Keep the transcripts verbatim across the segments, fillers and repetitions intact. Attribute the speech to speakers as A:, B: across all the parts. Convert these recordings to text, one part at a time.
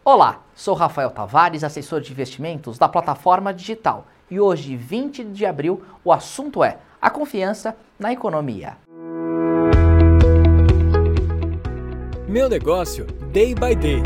A: Olá, sou Rafael Tavares, assessor de investimentos da plataforma digital. E hoje, vinte de abril, o assunto é a confiança na economia.
B: Meu negócio, day by day.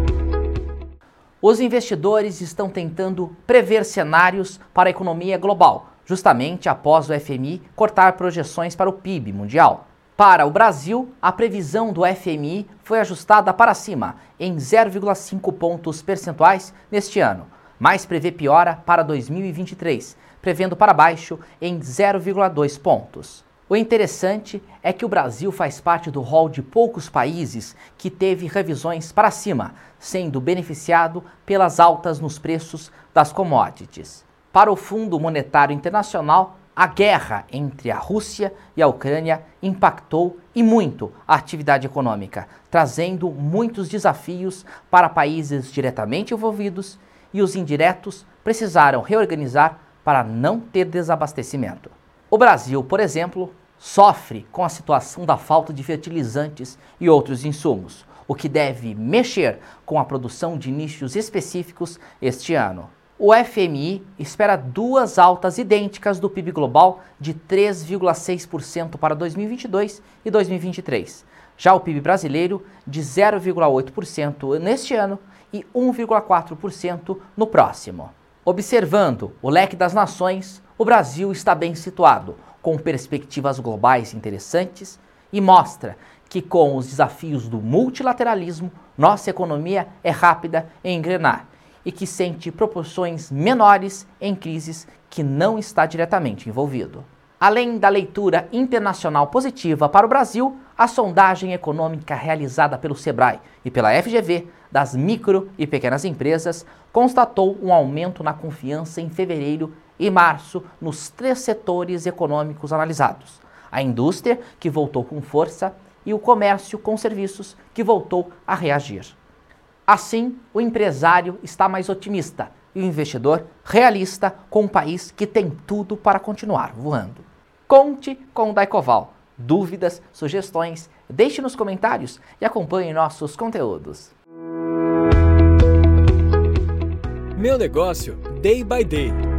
A: Os investidores estão tentando prever cenários para a economia global, justamente após o F M I cortar projeções para o P I B mundial. Para o Brasil, a previsão do F M I foi ajustada para cima, em zero vírgula cinco pontos percentuais neste ano, mas prevê piora para dois mil e vinte e três, prevendo para baixo em zero vírgula dois pontos. O interessante é que o Brasil faz parte do rol de poucos países que teve revisões para cima, sendo beneficiado pelas altas nos preços das commodities. Para o Fundo Monetário Internacional, a guerra entre a Rússia e a Ucrânia impactou e muito a atividade econômica, trazendo muitos desafios para países diretamente envolvidos, e os indiretos precisaram reorganizar para não ter desabastecimento. O Brasil, por exemplo, sofre com a situação da falta de fertilizantes e outros insumos, o que deve mexer com a produção de nichos específicos este ano. O F M I espera duas altas idênticas do P I B global de três vírgula seis por cento para dois mil e vinte e dois e dois mil e vinte e três. Já o P I B brasileiro de zero vírgula oito por cento neste ano e um vírgula quatro por cento no próximo. Observando o leque das nações, o Brasil está bem situado, com perspectivas globais interessantes, e mostra que com os desafios do multilateralismo, nossa economia é rápida em engrenar e que sente proporções menores em crises que não está diretamente envolvido. Além da leitura internacional positiva para o Brasil, a sondagem econômica realizada pelo Sebrae e pela F G V das micro e pequenas empresas constatou um aumento na confiança em fevereiro e março nos três setores econômicos analisados: a indústria, que voltou com força, e o comércio com serviços, que voltou a reagir. Assim, o empresário está mais otimista e o investidor realista, com um país que tem tudo para continuar voando. Conte com o Daicoval. Dúvidas, sugestões, deixe nos comentários e acompanhe nossos conteúdos.
B: Meu negócio, day by day.